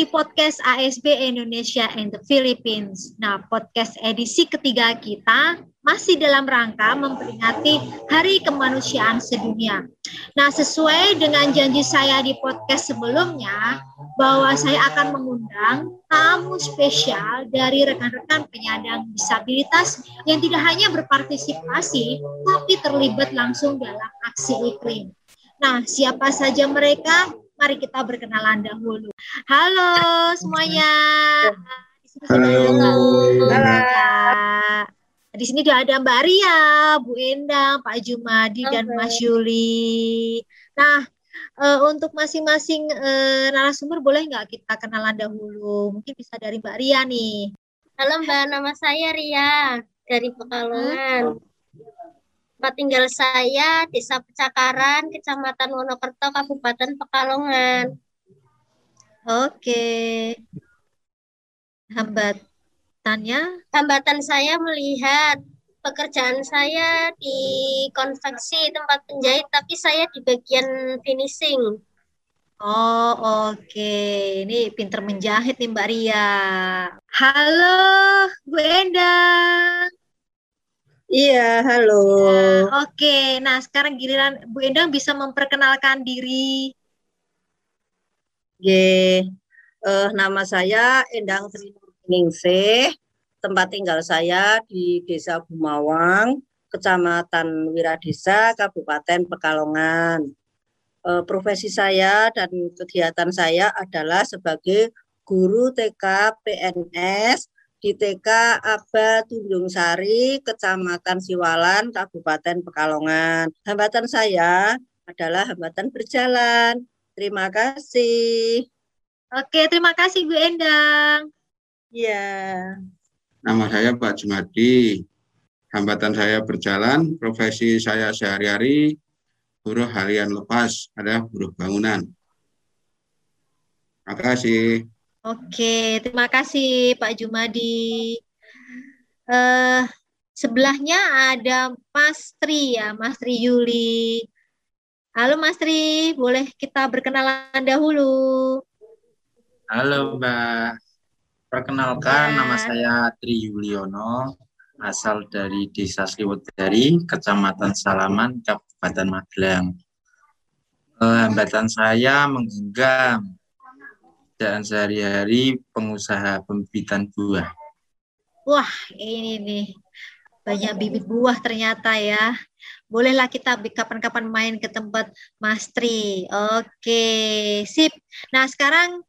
podcast ASB Indonesia and the Philippines. Nah, podcast edisi ketiga kita masih dalam rangka memperingati Hari Kemanusiaan Sedunia. Nah, sesuai dengan janji saya di podcast sebelumnya, bahwa saya akan mengundang tamu spesial dari rekan-rekan penyandang disabilitas yang tidak hanya berpartisipasi, tapi terlibat langsung dalam aksi iklim. Nah, siapa saja mereka? Mari kita berkenalan dahulu. Halo semuanya. Halo. Di sini sudah ada Mbak Ria, Bu Endang, Pak Jumadi, dan Mas Yuli. Nah, untuk masing-masing narasumber boleh nggak kita kenalan dahulu? Mungkin bisa dari Mbak Ria nih. Halo Mbak, nama saya Ria dari Pekalongan. Tempat tinggal saya Desa Pecakaran, Kecamatan Wonokerto, Kabupaten Pekalongan. Oke. Hambatan saya melihat pekerjaan saya di konveksi tempat penjahit, tapi saya di bagian finishing. Oh, oke. Ini pinter menjahit nih Mbak Ria. Halo, Bu Endang. Iya, halo. Oke, nah sekarang giliran Bu Endang bisa memperkenalkan diri. Nama saya Endang Sri Ningsih. Tempat tinggal saya di Desa Bumawang, Kecamatan Wiradesa, Kabupaten Pekalongan. Profesi saya dan kegiatan saya adalah sebagai guru TK PNS di TK Aba Tunjung Sari, Kecamatan Siwalan, Kabupaten Pekalongan. Hambatan saya adalah hambatan berjalan. Terima kasih. Oke, terima kasih Bu Endang. Ya. Nama saya Pak Jumadi. Hambatan saya berjalan, profesi saya sehari-hari buruh harian lepas, adalah buruh bangunan. Terima kasih. Oke, terima kasih Pak Jumadi. Sebelahnya ada Mas Tri ya, Mas Tri Yuli. Halo Mas Tri, boleh kita berkenalan dahulu? Halo Mbak, perkenalkan nama saya Tri Yuliono, asal dari Desa Sriwedari, Kecamatan Salaman, Kabupaten Magelang. Hambatan saya menggenggam dan sehari-hari pengusaha pembibitan buah. Wah, ini nih banyak bibit buah ternyata ya. Bolehlah kita kapan-kapan main ke tempat Mas Tri. Oke, sip. Nah, sekarang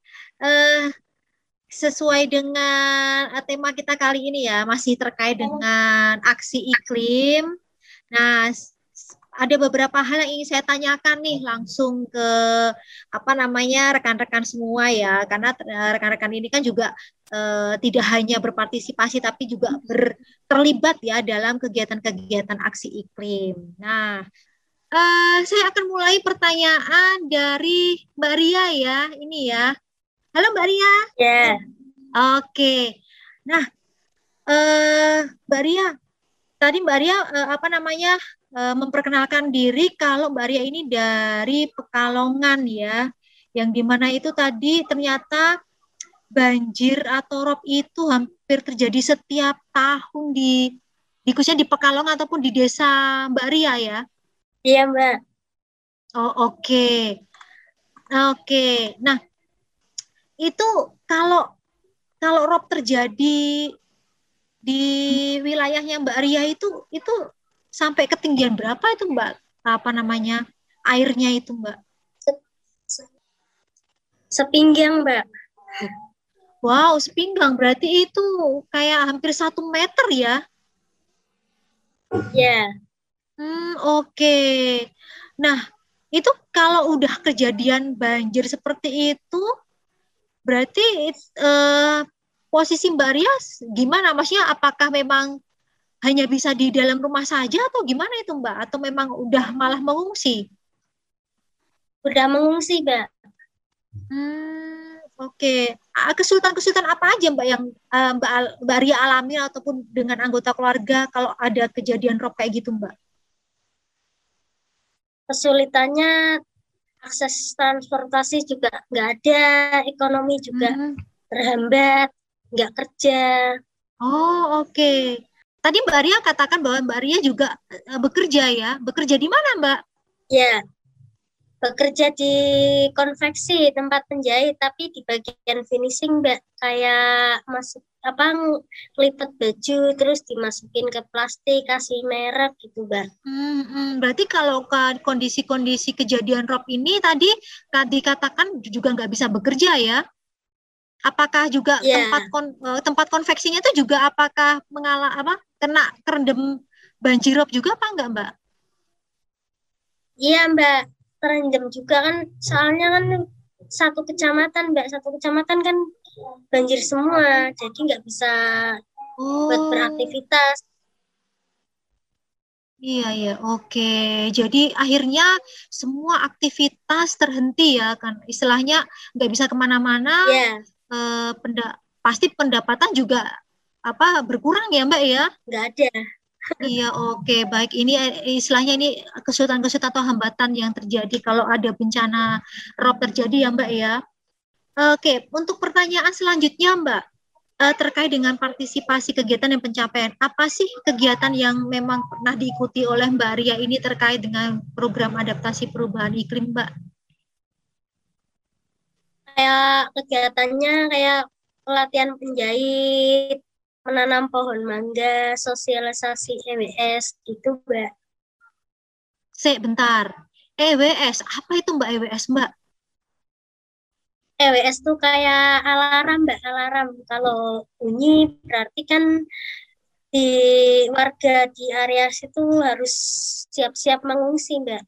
sesuai dengan tema kita kali ini ya, masih terkait dengan aksi iklim. Nah, ada beberapa hal yang ingin saya tanyakan nih langsung ke rekan-rekan semua ya, karena rekan-rekan ini kan juga tidak hanya berpartisipasi tapi juga terlibat ya dalam kegiatan-kegiatan aksi iklim. Nah, saya akan mulai pertanyaan dari Mbak Ria ya, ini ya. Halo Mbak Ria. Ya. Oke. Nah, Mbak Ria, tadi Mbak Ria memperkenalkan diri kalau Mbak Ria ini dari Pekalongan ya, yang dimana itu tadi ternyata banjir atau rob itu hampir terjadi setiap tahun di khususnya di Pekalongan ataupun di desa Mbak Ria ya. Iya Mbak. Oh oke. Oke. Nah, itu kalau rob terjadi di wilayahnya Mbak Ria itu sampai ketinggian berapa itu Mbak? Airnya itu Mbak? Sepinggang Mbak. Wow, sepinggang berarti itu kayak hampir 1 meter ya? Ya. Oke. Nah, itu kalau udah kejadian banjir seperti itu, berarti posisi Mbak Ria gimana? Maksudnya apakah memang hanya bisa di dalam rumah saja atau gimana itu Mbak? Atau memang udah malah mengungsi? Udah mengungsi Mbak. Oke. Kesulitan-kesulitan apa aja Mbak yang Mbak Ria alami ataupun dengan anggota keluarga kalau ada kejadian rob kayak gitu Mbak? Kesulitannya akses transportasi juga nggak ada, ekonomi juga Hmm. terhambat, nggak kerja. Oh, oke. Tadi Mbak Ria katakan bahwa Mbak Ria juga bekerja ya. Bekerja di mana, Mbak? Ya, bekerja di konveksi tempat penjahit, tapi di bagian finishing, Mbak, kayak masuk ngelipet baju terus dimasukin ke plastik, kasih merek gitu, Mbak. Berarti kalau kondisi-kondisi kejadian rob ini tadi dikatakan juga nggak bisa bekerja ya? Apakah juga Ya, tempat konveksinya itu juga apakah kena kerendam banjirop juga apa enggak, Mbak? iya, Mbak, terendam juga kan, soalnya kan satu kecamatan, Mbak, satu kecamatan kan banjir semua, jadi nggak bisa buat Oh, beraktivitas. iya, oke. Jadi akhirnya semua aktivitas terhenti ya, kan? Istilahnya nggak bisa kemana-mana, Ya, pasti pendapatan juga berkurang ya, Mbak ya? nggak ada. Iya, oke, baik. Ini istilahnya ini kesulitan-kesulitan atau hambatan yang terjadi kalau ada bencana rob terjadi ya, Mbak ya. Oke, untuk pertanyaan selanjutnya, Mbak, terkait dengan partisipasi kegiatan dan pencapaian, apa sih kegiatan yang memang pernah diikuti oleh Mbak Ria ini terkait dengan program adaptasi perubahan iklim, Mbak? Kayak kegiatannya kayak pelatihan penjahit, menanam pohon mangga, sosialisasi EWS gitu, Mbak. Bentar. EWS, apa itu Mbak EWS, Mbak? EWS tuh kayak alarm, Mbak, alarm. Kalau bunyi berarti kan di warga di area situ harus siap-siap mengungsi, Mbak.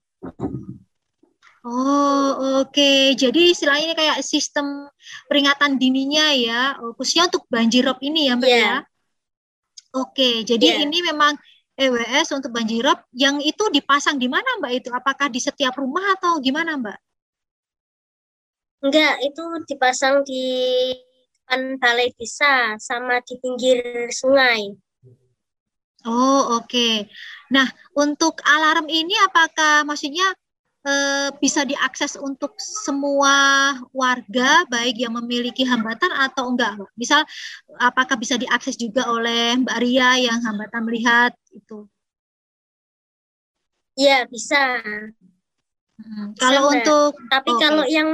Oh, oke. Jadi istilahnya ini kayak sistem peringatan dininya ya, khususnya untuk banjirop ini ya, Mbak ya. Iya, Oke, jadi iya. ini memang EWS untuk banjirop yang itu dipasang di mana, Mbak itu? Apakah di setiap rumah atau gimana, Mbak? Enggak, itu dipasang di depan balai desa sama di pinggir sungai. Oh, oke. Nah, untuk alarm ini apakah maksudnya bisa diakses untuk semua warga, baik yang memiliki hambatan atau enggak, Mbak? Misal, apakah bisa diakses juga oleh Mbak Ria yang hambatan melihat itu? Iya, bisa. Bisa, Kalau Mbak. untuk, Tapi oke. kalau yang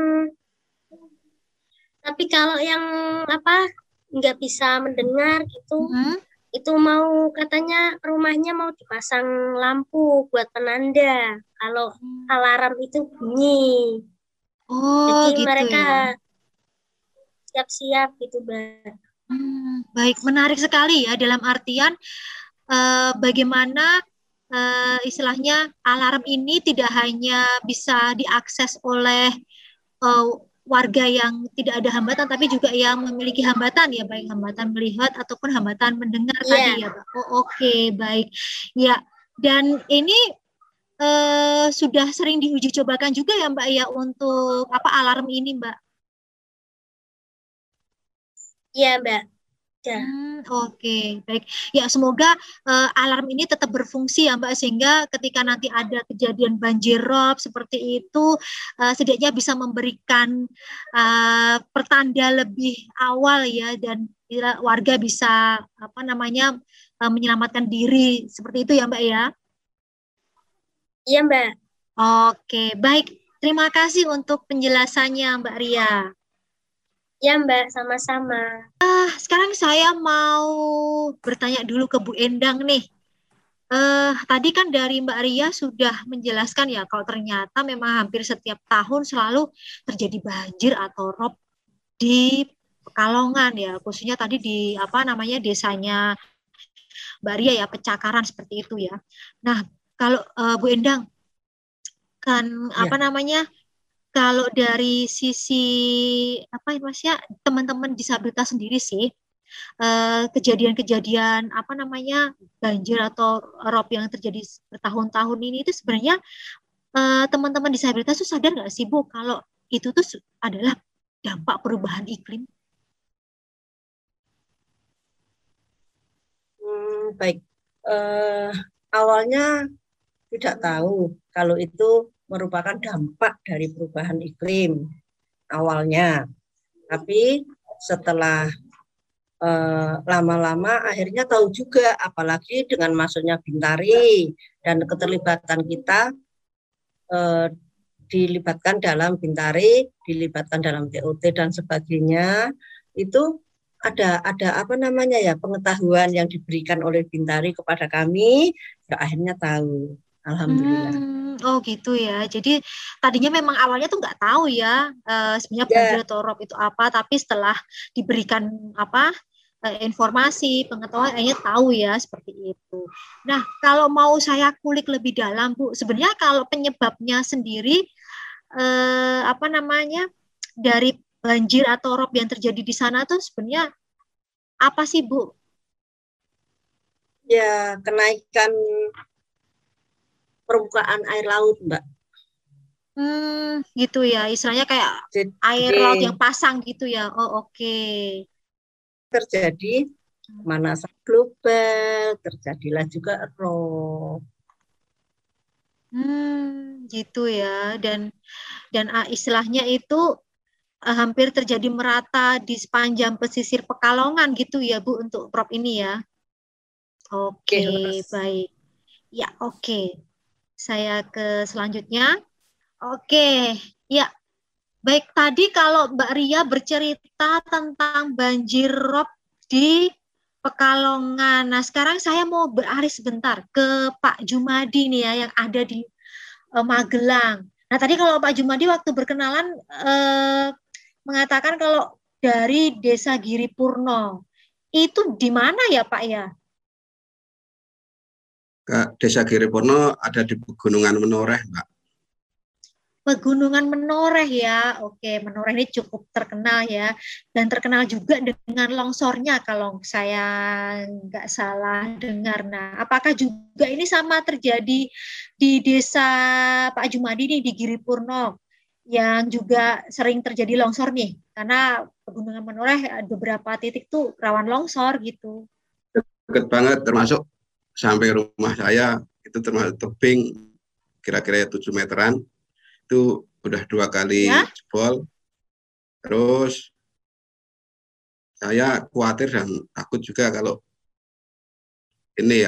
Tapi kalau yang nggak bisa mendengar gitu, Hmm. itu mau katanya rumahnya mau dipasang lampu buat penanda kalau alarm itu bunyi. Oh, Jadi gitu mereka ya. siap-siap gitu, Mbak. Baik, menarik sekali ya dalam artian bagaimana istilahnya alarm ini tidak hanya bisa diakses oleh eh, warga yang tidak ada hambatan, tapi juga yang memiliki hambatan ya, baik hambatan melihat ataupun hambatan mendengar tadi Iya, ya, Pak. Oh, oke, baik. Ya, dan ini sudah sering diuji cobakan juga ya, Mbak ya, untuk alarm ini, Mbak. iya, Mbak. Ya, Oke, baik. Ya, semoga alarm ini tetap berfungsi ya, Mbak, sehingga ketika nanti ada kejadian banjir rob seperti itu, setidaknya bisa memberikan pertanda lebih awal ya, dan warga bisa menyelamatkan diri seperti itu ya, Mbak ya. iya, Mbak. Oke, baik. Terima kasih untuk penjelasannya, Mbak Ria. Iya, Mbak, sama-sama. Sekarang saya mau bertanya dulu ke Bu Endang nih. Tadi kan dari Mbak Ria sudah menjelaskan ya kalau ternyata memang hampir setiap tahun selalu terjadi banjir atau rob di Pekalongan ya, khususnya tadi di desanya Mbak Ria ya, Pecakaran seperti itu ya. Nah, kalau Bu Endang kan Ya. kalau dari sisi Mas ya, teman-teman disabilitas sendiri sih, kejadian-kejadian banjir atau rob yang terjadi bertahun-tahun ini itu sebenarnya teman-teman disabilitas tuh sadar nggak sih Bu kalau itu tuh adalah dampak perubahan iklim? Baik. Awalnya tidak tahu kalau itu merupakan dampak dari perubahan iklim awalnya. Tapi setelah lama-lama akhirnya tahu juga, apalagi dengan masuknya Bintari dan keterlibatan kita dilibatkan dalam Bintari, dilibatkan dalam TOT dan sebagainya, itu ada apa namanya ya, pengetahuan yang diberikan oleh Bintari kepada kami, ya akhirnya tahu. Alhamdulillah. Oh gitu ya. Jadi tadinya memang awalnya tuh nggak tahu ya, sebenarnya banjir atau rob itu apa, tapi setelah diberikan informasi, pengetahuan, akhirnya tahu ya seperti itu. Nah, kalau mau saya kulik lebih dalam, Bu, sebenarnya kalau penyebabnya sendiri dari banjir atau rob yang terjadi di sana tuh sebenarnya apa sih, Bu? Ya, kenaikan permukaan air laut, Mbak. Gitu ya. Istilahnya kayak air laut yang pasang gitu ya. Oh, oke. Terjadi pemanasan global, terjadilah juga rob. Gitu ya. Dan istilahnya itu hampir terjadi merata di sepanjang pesisir Pekalongan gitu ya, Bu, untuk rob ini ya. Oke, baik. Ya, oke. Saya ke selanjutnya. Oke, ya. Baik, tadi kalau Mbak Ria bercerita tentang banjir rob di Pekalongan. Nah, sekarang saya mau beralih sebentar ke Pak Jumadi nih ya, yang ada di Magelang. Nah, tadi kalau Pak Jumadi waktu berkenalan mengatakan kalau dari Desa Giripurno. Itu di mana ya, Pak ya? Desa Giripurno ada di Pegunungan Menoreh, Mbak. Pegunungan Menoreh ya. Oke, Menoreh ini cukup terkenal ya. Dan terkenal juga dengan longsornya kalau saya nggak salah dengar. Nah, apakah juga ini sama terjadi di desa Pak Jumadi nih di Giripurno yang juga sering terjadi longsor nih? Karena Pegunungan Menoreh beberapa titik tuh rawan longsor gitu. Dekat banget, termasuk sampai rumah saya itu termasuk tebing kira-kira 7 meteran. Itu udah 2 kali jebol. Terus saya khawatir dan takut juga kalau ini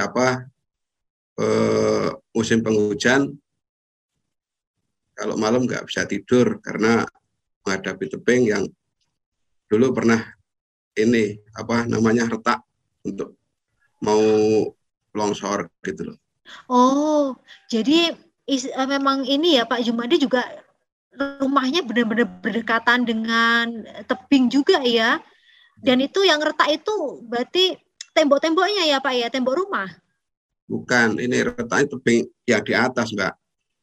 musim penghujan, kalau malam nggak bisa tidur karena menghadapi tebing yang dulu pernah retak untuk mau longsor gitu loh. Oh, jadi memang ini ya Pak Jumadi juga rumahnya benar-benar berdekatan dengan tebing juga ya. Dan itu yang retak itu berarti tembok-temboknya ya Pak ya, tembok rumah? Bukan, ini retaknya tebing yang di atas, Mbak.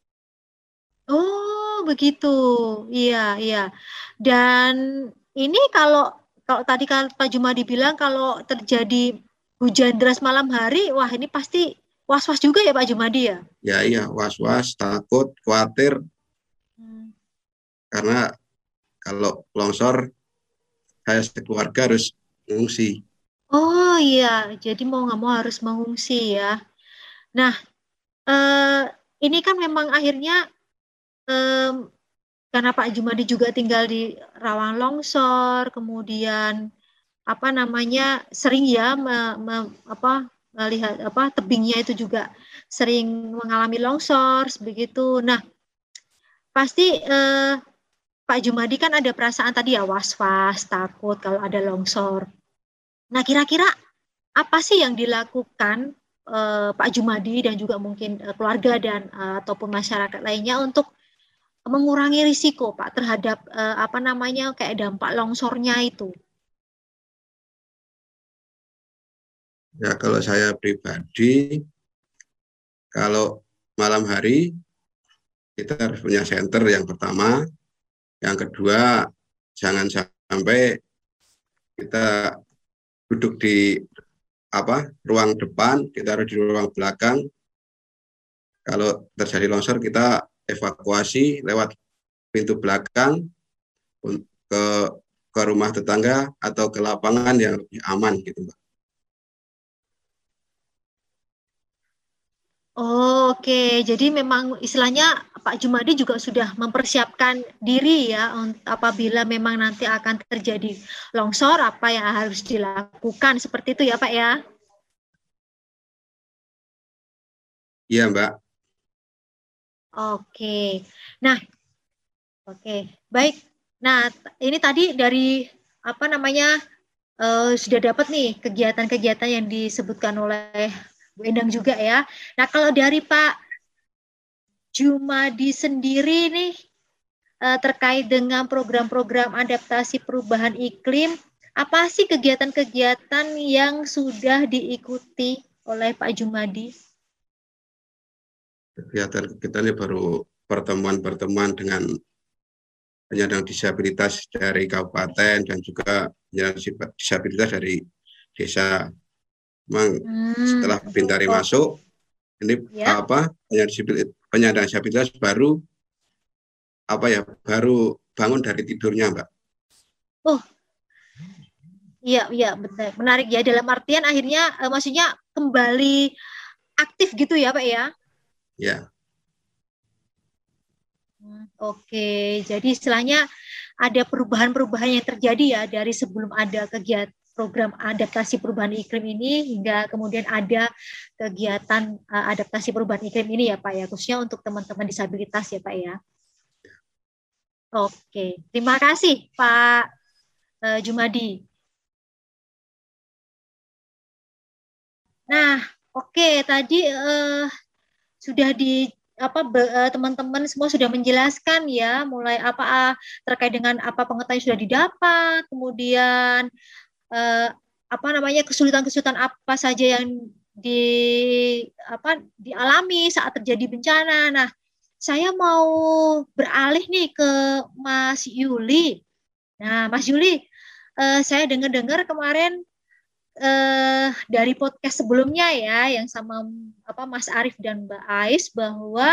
Oh, begitu. Iya, iya. Dan ini kalau tadi kan Pak Jumadi bilang kalau terjadi hujan deras malam hari, wah ini pasti was-was juga ya Pak Jumadi ya? Ya, iya, was-was, takut, khawatir. Karena kalau longsor, saya sekeluarga harus mengungsi. Oh iya, jadi mau nggak mau harus mengungsi ya. Nah, ini kan memang akhirnya karena Pak Jumadi juga tinggal di rawan longsor, kemudian sering ya melihat tebingnya itu juga sering mengalami longsor begitu. Nah, pasti Pak Jumadi kan ada perasaan tadi ya was-was, takut kalau ada longsor. Nah, kira-kira apa sih yang dilakukan Pak Jumadi dan juga mungkin keluarga dan ataupun masyarakat lainnya untuk mengurangi risiko Pak terhadap kayak dampak longsornya itu? Ya, kalau saya pribadi, kalau malam hari kita harus punya senter yang pertama, yang kedua jangan sampai kita duduk di ruang depan, kita harus di ruang belakang. Kalau terjadi longsor kita evakuasi lewat pintu belakang ke rumah tetangga atau ke lapangan yang lebih aman gitu, Mbak. Oh, oke. Jadi memang istilahnya Pak Jumadi juga sudah mempersiapkan diri ya apabila memang nanti akan terjadi longsor, apa yang harus dilakukan seperti itu ya Pak ya? Iya Mbak. Oke. Nah, oke, baik. Nah, ini tadi dari apa namanya sudah dapat nih kegiatan-kegiatan yang disebutkan oleh Bu Endang juga ya. Nah, kalau dari Pak Jumadi sendiri nih terkait dengan program-program adaptasi perubahan iklim, apa sih kegiatan-kegiatan yang sudah diikuti oleh Pak Jumadi? Kegiatan-kegiatannya baru pertemuan-pertemuan dengan penyandang disabilitas dari kabupaten dan juga penyandang disabilitas dari desa. Memang setelah Bintari masuk, ini penyandang disabilitas baru baru bangun dari tidurnya, Mbak. Oh, iya benar, menarik ya. Dalam artian akhirnya maksudnya kembali aktif gitu ya, Pak ya? Ya. Oke, jadi istilahnya ada perubahan-perubahan yang terjadi ya dari sebelum ada kegiatan program adaptasi perubahan iklim ini hingga kemudian ada kegiatan adaptasi perubahan iklim ini ya Pak ya, khususnya untuk teman-teman disabilitas ya Pak ya. Oke, terima kasih Pak Jumadi. Nah, oke tadi sudah teman-teman semua sudah menjelaskan ya mulai terkait dengan apa pengetahuan sudah didapat, kemudian kesulitan-kesulitan apa saja yang dialami saat terjadi bencana. Nah, saya mau beralih nih ke Mas Yuli. Nah, Mas Yuli, saya dengar-dengar kemarin dari podcast sebelumnya ya yang sama Mas Arief dan Mbak Ais bahwa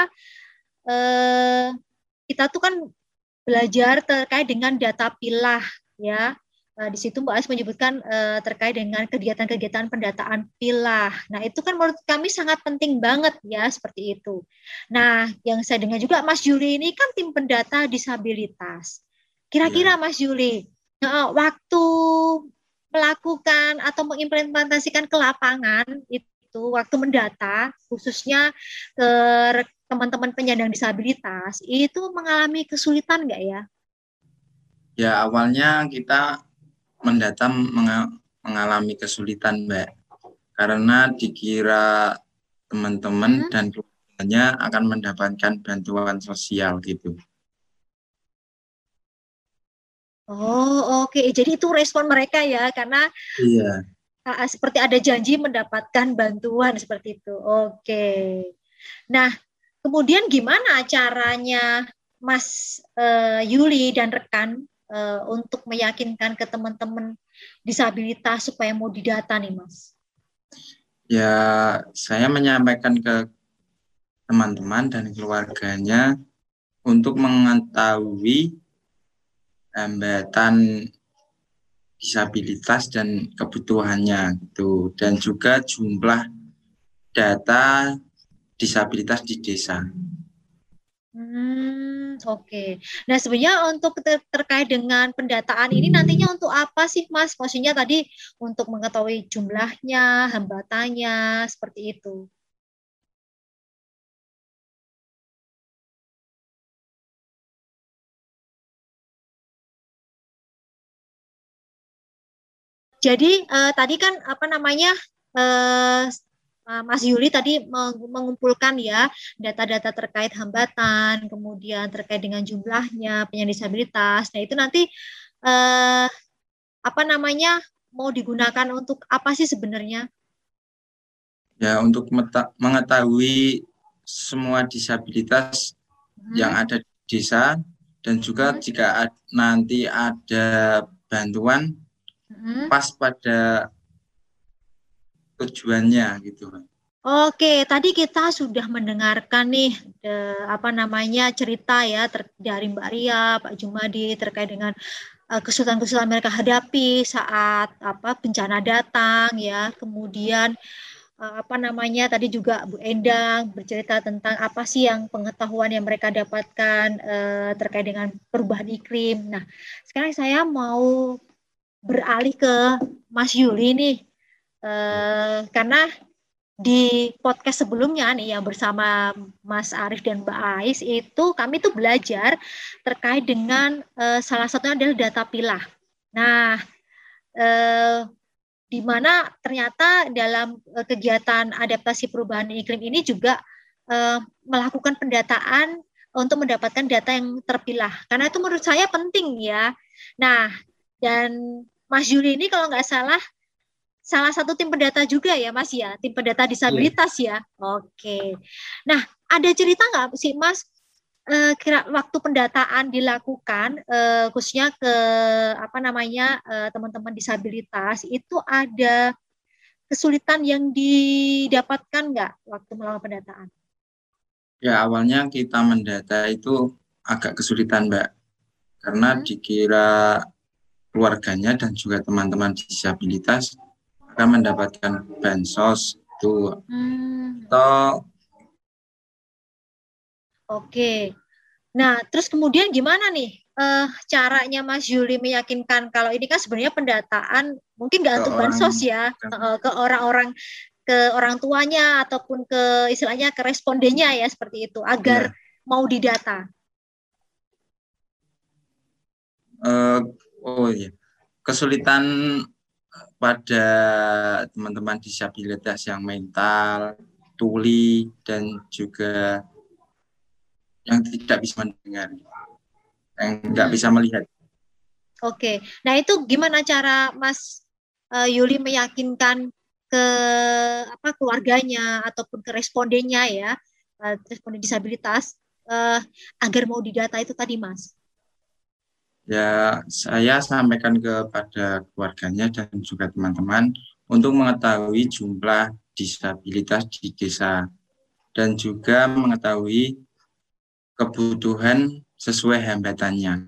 kita tuh kan belajar terkait dengan data pilah ya. Di situ Mbak Ais menyebutkan terkait dengan kegiatan-kegiatan pendataan pilah. Nah, itu kan menurut kami sangat penting banget ya, seperti itu. Nah, yang saya dengar juga Mas Yuli ini kan tim pendata disabilitas. Kira-kira Mas Yuli, waktu melakukan atau mengimplementasikan ke lapangan itu, waktu mendata, khususnya ke teman-teman penyandang disabilitas, itu mengalami kesulitan nggak ya? Ya, awalnya kita mendata mengalami kesulitan, Mbak, karena dikira teman-teman dan keluarganya akan mendapatkan bantuan sosial gitu. Oh, oke. Jadi itu respon mereka ya, karena seperti ada janji mendapatkan bantuan seperti itu. Oke. Nah, kemudian gimana caranya Mas Yuli dan rekan untuk meyakinkan ke teman-teman disabilitas supaya mau didata nih, Mas? Ya, saya menyampaikan ke teman-teman dan keluarganya untuk mengetahui hambatan disabilitas dan kebutuhannya gitu, dan juga jumlah data disabilitas di desa. Oke. Nah, sebenarnya untuk terkait dengan pendataan ini nantinya untuk apa sih, Mas? Maksudnya tadi untuk mengetahui jumlahnya, hambatannya, seperti itu. Jadi tadi kan Mas Yuli tadi mengumpulkan ya data-data terkait hambatan, kemudian terkait dengan jumlahnya penyandang disabilitas. Nah, itu nanti mau digunakan untuk apa sih sebenarnya? Ya, untuk mengetahui semua disabilitas yang ada di desa, dan juga jika nanti ada bantuan pas pada tujuannya gitu. Oke, tadi kita sudah mendengarkan nih cerita ya dari Mbak Ria, Pak Jumadi terkait dengan kesulitan-kesulitan mereka hadapi saat bencana datang ya. Kemudian apa namanya tadi juga Bu Endang bercerita tentang apa sih yang pengetahuan yang mereka dapatkan terkait dengan perubahan iklim. Nah, sekarang saya mau beralih ke Mas Yuli nih, karena di podcast sebelumnya nih yang bersama Mas Arief dan Mbak Ais itu kami tuh belajar terkait dengan salah satunya adalah data pilah. Nah, di mana ternyata dalam kegiatan adaptasi perubahan iklim ini juga melakukan pendataan untuk mendapatkan data yang terpilah. Karena itu menurut saya penting ya. Nah, dan Mas Yuli ini kalau nggak salah satu tim pendata juga ya Mas ya, tim pendata disabilitas ya. Oke. Nah, ada cerita nggak sih Mas kira waktu pendataan dilakukan khususnya ke apa namanya teman-teman disabilitas itu ada kesulitan yang didapatkan nggak waktu melakukan pendataan? Ya, awalnya kita mendata itu agak kesulitan, Mbak. Karena dikira keluarganya dan juga teman-teman disabilitas akan mendapatkan bansos itu. Oke. Nah, terus kemudian gimana nih caranya Mas Yuli meyakinkan kalau ini kan sebenarnya pendataan mungkin nggak untuk bansos ya ke orang tuanya ataupun ke istilahnya ke respondennya ya seperti itu agar mau didata. Kesulitan pada teman-teman disabilitas yang mental, tuli, dan juga yang tidak bisa mendengar, yang nggak bisa melihat. Oke, nah itu gimana cara Mas Yuli meyakinkan ke keluarganya ataupun ke respondennya ya, responden disabilitas agar mau didata itu tadi Mas? Ya, saya sampaikan kepada keluarganya dan juga teman-teman untuk mengetahui jumlah disabilitas di desa dan juga mengetahui kebutuhan sesuai hambatannya.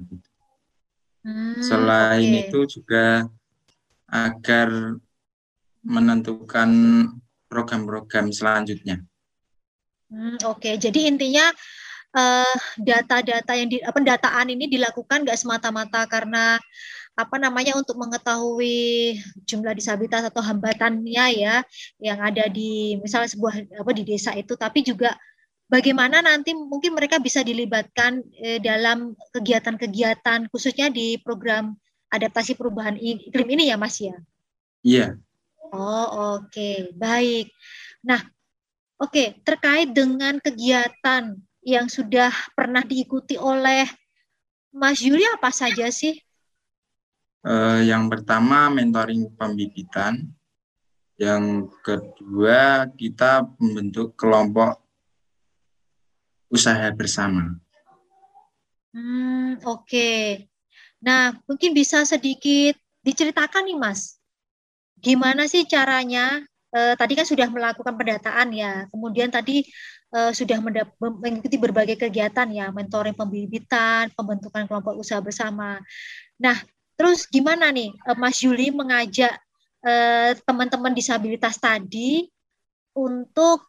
Selain itu juga agar menentukan program-program selanjutnya. Oke, jadi intinya data-data yang pendataan ini dilakukan nggak semata-mata karena untuk mengetahui jumlah disabilitas atau hambatannya ya yang ada di misalnya di desa itu, tapi juga bagaimana nanti mungkin mereka bisa dilibatkan dalam kegiatan-kegiatan khususnya di program adaptasi perubahan iklim ini ya Mas ya? Iya. Oh oke. Baik. Nah terkait dengan kegiatan yang sudah pernah diikuti oleh Mas Yuli apa saja sih? Yang pertama mentoring pembibitan, yang kedua kita membentuk kelompok usaha bersama. Oke. Nah, mungkin bisa sedikit diceritakan nih Mas, gimana sih caranya? Tadi kan sudah melakukan pendataan ya, kemudian tadi sudah mengikuti berbagai kegiatan ya, mentoring pembibitan, pembentukan kelompok usaha bersama. Nah, terus gimana nih Mas Yuli mengajak teman-teman disabilitas tadi untuk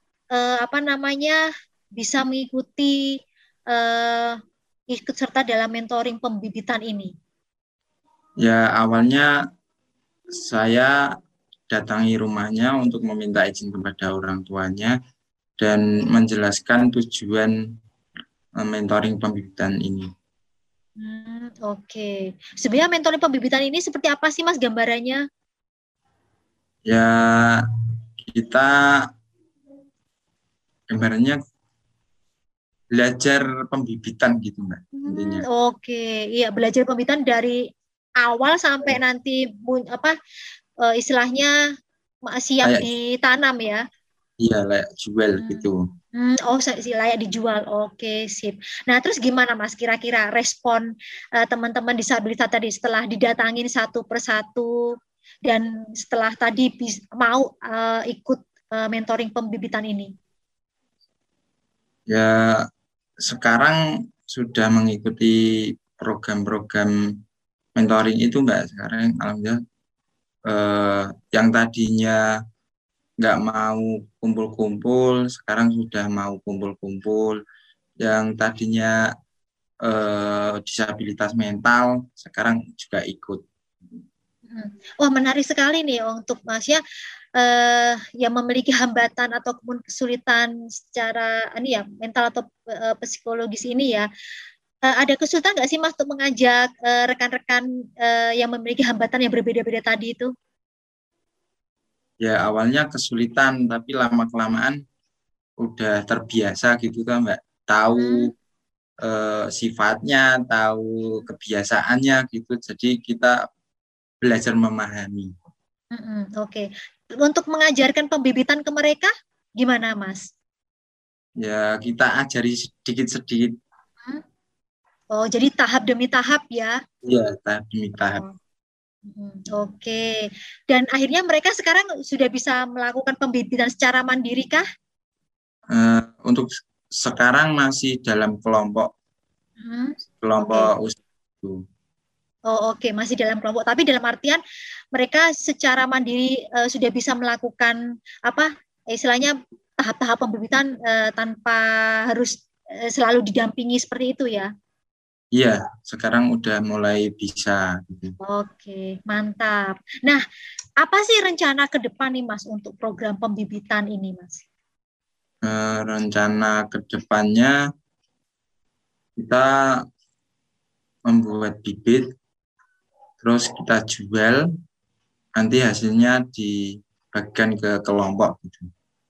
bisa mengikuti ikut serta dalam mentoring pembibitan ini? Ya, awalnya saya datangi rumahnya untuk meminta izin kepada orang tuanya dan menjelaskan tujuan mentoring pembibitan ini. Oke. Sebenarnya mentoring pembibitan ini seperti apa sih Mas gambarannya? Ya, kita gambarannya belajar pembibitan gitu Mbak. Intinya. Oke, iya belajar pembibitan dari awal sampai nanti istilahnya siap ditanam ya? Iya, layak jual gitu. Layak dijual. Oke, sip. Nah, terus gimana Mas kira-kira respon teman-teman disabilitas tadi setelah didatangin satu persatu dan setelah tadi mau ikut mentoring pembibitan ini? Ya, sekarang sudah mengikuti program-program mentoring itu Mbak. Sekarang alhamdulillah yang tadinya nggak mau kumpul-kumpul, sekarang sudah mau kumpul-kumpul. Yang tadinya disabilitas mental, sekarang juga ikut. Wah, menarik sekali nih untuk Mas ya, yang memiliki hambatan ataupun kesulitan secara ini ya mental atau psikologis ini ya. Ada kesulitan nggak sih Mas untuk mengajak rekan-rekan yang memiliki hambatan yang berbeda-beda tadi itu? Ya awalnya kesulitan, tapi lama-kelamaan udah terbiasa gitu kan Mbak. Tahu sifatnya, tahu kebiasaannya gitu. Jadi kita belajar memahami. Oke. Untuk mengajarkan pembibitan ke mereka, gimana Mas? Ya kita ajari sedikit-sedikit. Oh, jadi tahap demi tahap ya? Iya, tahap demi tahap. Oke. Dan akhirnya mereka sekarang sudah bisa melakukan pembibitan secara mandiri kah? Untuk sekarang masih dalam kelompok usaha itu. Oh, oke, masih dalam kelompok. Tapi dalam artian mereka secara mandiri sudah bisa melakukan apa istilahnya tahap-tahap pembibitan tanpa harus selalu didampingi seperti itu ya? Iya, sekarang udah mulai bisa. Oke, mantap. Nah, apa sih rencana ke depan nih Mas untuk program pembibitan ini Mas? Rencana ke depannya kita membuat bibit, terus kita jual, nanti hasilnya dibagikan ke kelompok gitu.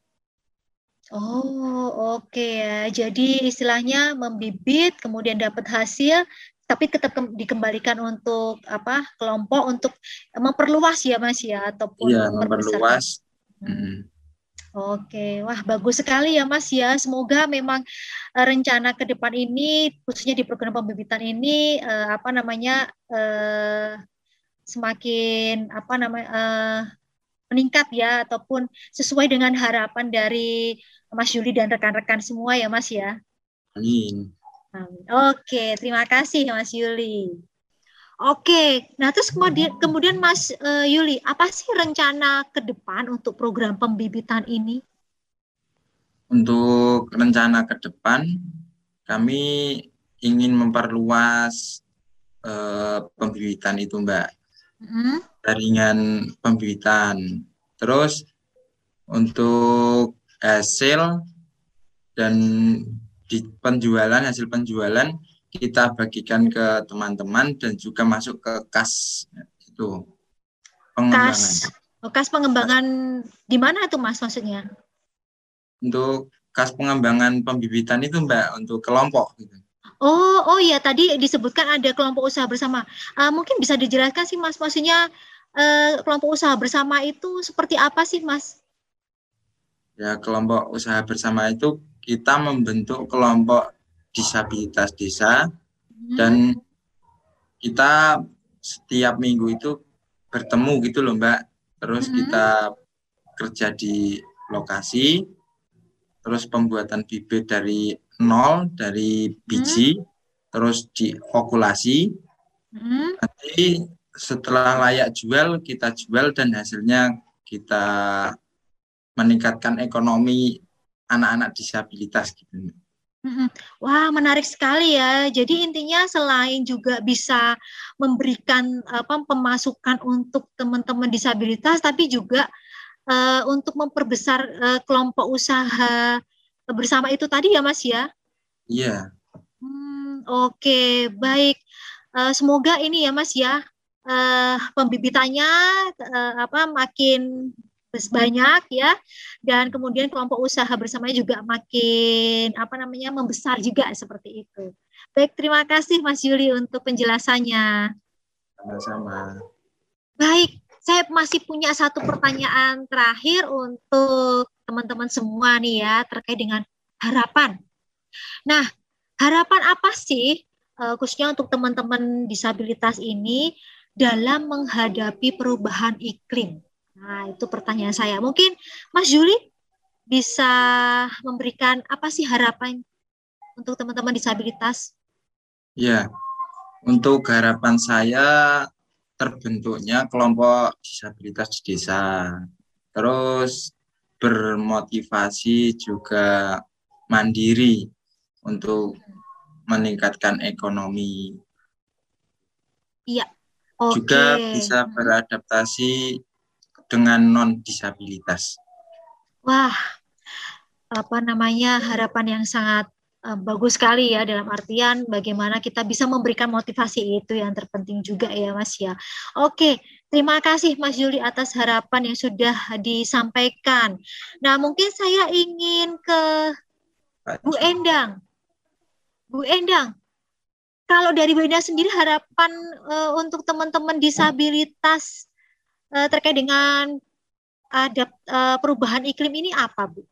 Oh, oke ya. Jadi istilahnya membibit, kemudian dapat hasil, tapi tetap dikembalikan untuk apa? Kelompok untuk memperluas ya, Mas ya, ataupun Iya, memperbesar. memperluas. Oke, wah bagus sekali ya, Mas ya. Semoga memang rencana ke depan ini, khususnya di program pembibitan ini, apa namanya, semakin apa namanya. Meningkat ya ataupun sesuai dengan harapan dari Mas Yuli dan rekan-rekan semua ya Mas ya. Amin. Oke, terima kasih Mas Yuli. Oke, nah terus kemudian Mas Yuli, apa sih rencana ke depan untuk program pembibitan ini? Untuk rencana ke depan, kami ingin memperluas pembibitan itu Mbak. Jaringan pembibitan. Terus untuk hasil dan di hasil penjualan kita bagikan ke teman-teman dan juga masuk ke kas itu pengembangan. Kas pengembangan di mana tuh Mas maksudnya? Untuk kas pengembangan pembibitan itu Mbak untuk kelompok gitu. Oh ya tadi disebutkan ada kelompok usaha bersama. Mungkin bisa dijelaskan sih Mas, maksudnya kelompok usaha bersama itu seperti apa sih Mas? Ya kelompok usaha bersama itu kita membentuk kelompok disabilitas desa dan kita setiap minggu itu bertemu gitu loh Mbak. Terus kita kerja di lokasi, terus pembuatan bibit dari nol, dari biji, terus diokulasi. Nanti setelah layak jual, kita jual dan hasilnya kita meningkatkan ekonomi anak-anak disabilitas gitu. Wah, menarik sekali ya. Jadi intinya selain juga bisa memberikan pemasukan untuk teman-teman disabilitas, tapi juga untuk memperbesar kelompok usaha bersama itu tadi ya Mas ya? Iya. Oke, baik. Semoga ini ya Mas ya, pembibitannya makin banyak ya, dan kemudian kelompok usaha bersamanya juga makin membesar juga seperti itu. Baik, terima kasih Mas Yuli untuk penjelasannya. Sama-sama. Baik, saya masih punya satu pertanyaan terakhir untuk teman-teman semua nih ya, terkait dengan harapan. Nah, harapan apa sih khususnya untuk teman-teman disabilitas ini dalam menghadapi perubahan iklim? Nah, itu pertanyaan saya. Mungkin Mas Juli bisa memberikan apa sih harapan untuk teman-teman disabilitas? Ya, untuk harapan saya terbentuknya kelompok disabilitas di desa. Terus bermotivasi juga mandiri untuk meningkatkan ekonomi. Iya. Oke. Juga bisa beradaptasi dengan non-disabilitas. Wah, harapan yang sangat bagus sekali ya, dalam artian bagaimana kita bisa memberikan motivasi, itu yang terpenting juga ya Mas ya. Oke, terima kasih Mas Juli atas harapan yang sudah disampaikan. Nah, mungkin saya ingin ke Bu Endang. Bu Endang, kalau dari Bu Endang sendiri harapan untuk teman-teman disabilitas terkait dengan perubahan iklim ini apa, Bu?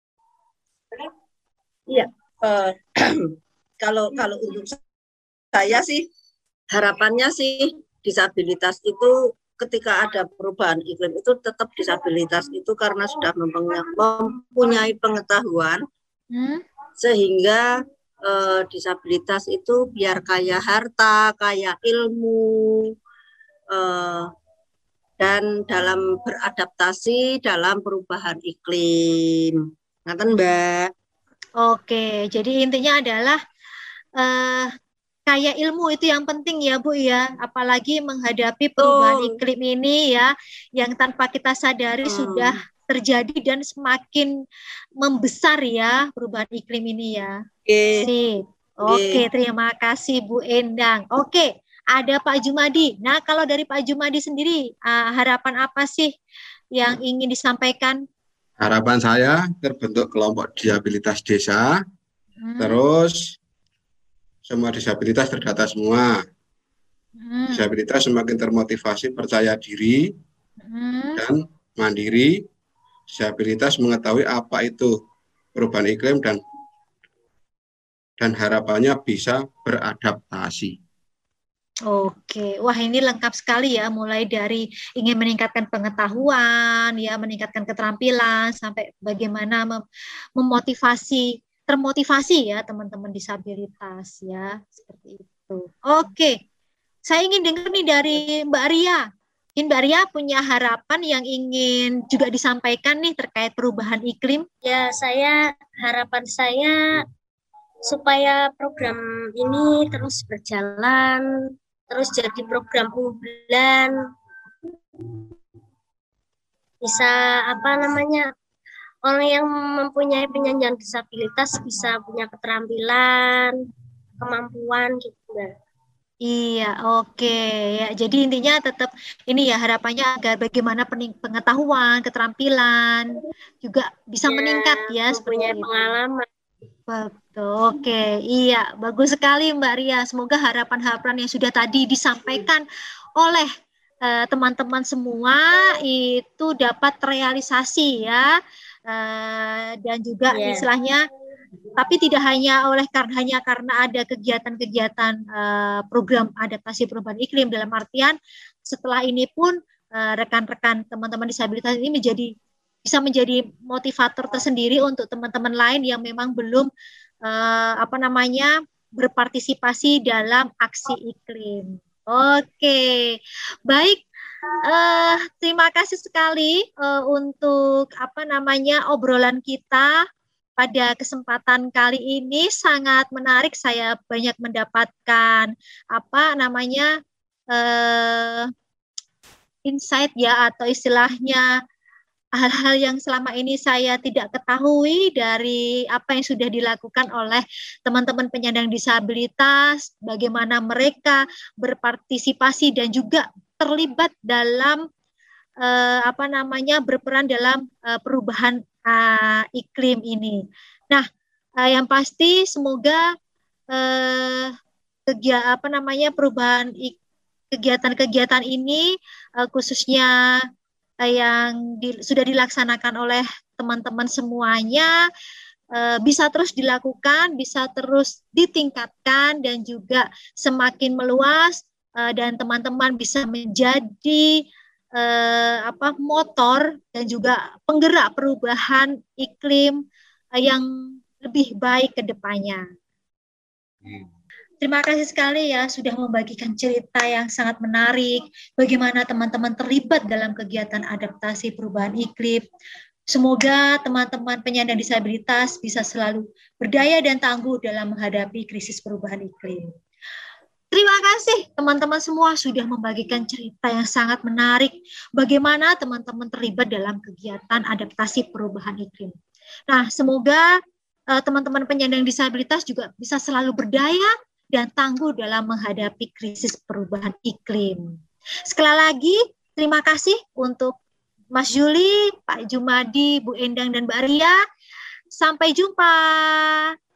Iya. Kalau untuk saya sih harapannya sih disabilitas itu ketika ada perubahan iklim itu tetap disabilitas itu karena sudah mempunyai pengetahuan sehingga disabilitas itu biar kaya harta, kaya ilmu, dan dalam beradaptasi dalam perubahan iklim. Ngaten, Mbak. Oke, jadi intinya adalah kaya ilmu itu yang penting ya Bu ya, apalagi menghadapi perubahan iklim ini ya, yang tanpa kita sadari sudah terjadi dan semakin membesar ya perubahan iklim ini ya. Sip. Oke, terima kasih Bu Endang. Oke, ada Pak Jumadi. Nah, kalau dari Pak Jumadi sendiri, harapan apa sih yang ingin disampaikan? Harapan saya terbentuk kelompok disabilitas desa, terus semua disabilitas terdata semua. Disabilitas semakin termotivasi, percaya diri, dan mandiri. Disabilitas mengetahui apa itu perubahan iklim dan harapannya bisa beradaptasi. Oke, wah ini lengkap sekali ya, mulai dari ingin meningkatkan pengetahuan, ya meningkatkan keterampilan, sampai bagaimana termotivasi ya teman-teman disabilitas ya, seperti itu. Oke, saya ingin dengar nih dari Mbak Ria. Mungkin Mbak Ria punya harapan yang ingin juga disampaikan nih terkait perubahan iklim? Ya, harapan saya supaya program ini terus berjalan, terus jadi program unggulan, bisa orang yang mempunyai penyandang disabilitas bisa punya keterampilan, kemampuan gitu, Mbak. Iya, oke. Ya, jadi intinya tetap ini ya, harapannya agar bagaimana pengetahuan, keterampilan juga bisa meningkat ya, mempunyai pengalaman. Betul, oke. Iya, bagus sekali Mbak Ria. Semoga harapan-harapan yang sudah tadi disampaikan oleh teman-teman semua itu dapat terrealisasi ya. Dan juga istilahnya, tapi tidak hanya karena ada kegiatan-kegiatan program adaptasi perubahan iklim, dalam artian setelah ini pun rekan-rekan teman-teman disabilitas ini bisa menjadi motivator tersendiri untuk teman-teman lain yang memang belum berpartisipasi dalam aksi iklim. Oke, baik. Terima kasih sekali untuk obrolan kita pada kesempatan kali ini, sangat menarik. Saya banyak mendapatkan insight ya, atau istilahnya hal-hal yang selama ini saya tidak ketahui dari apa yang sudah dilakukan oleh teman-teman penyandang disabilitas, bagaimana mereka berpartisipasi dan juga terlibat dalam berperan dalam perubahan iklim ini. Nah, yang pasti semoga kegiatan-kegiatan ini khususnya yang sudah dilaksanakan oleh teman-teman semuanya bisa terus dilakukan, bisa terus ditingkatkan dan juga semakin meluas, dan teman-teman bisa menjadi motor dan juga penggerak perubahan iklim yang lebih baik ke depannya. Terima kasih sekali ya sudah membagikan cerita yang sangat menarik, bagaimana teman-teman terlibat dalam kegiatan adaptasi perubahan iklim. Semoga teman-teman penyandang disabilitas bisa selalu berdaya dan tangguh dalam menghadapi krisis perubahan iklim. Terima kasih teman-teman semua sudah membagikan cerita yang sangat menarik bagaimana teman-teman terlibat dalam kegiatan adaptasi perubahan iklim. Nah, semoga teman-teman penyandang disabilitas juga bisa selalu berdaya dan tangguh dalam menghadapi krisis perubahan iklim. Sekali lagi, terima kasih untuk Mas Juli, Pak Jumadi, Bu Endang, dan Mbak Ria. Sampai jumpa.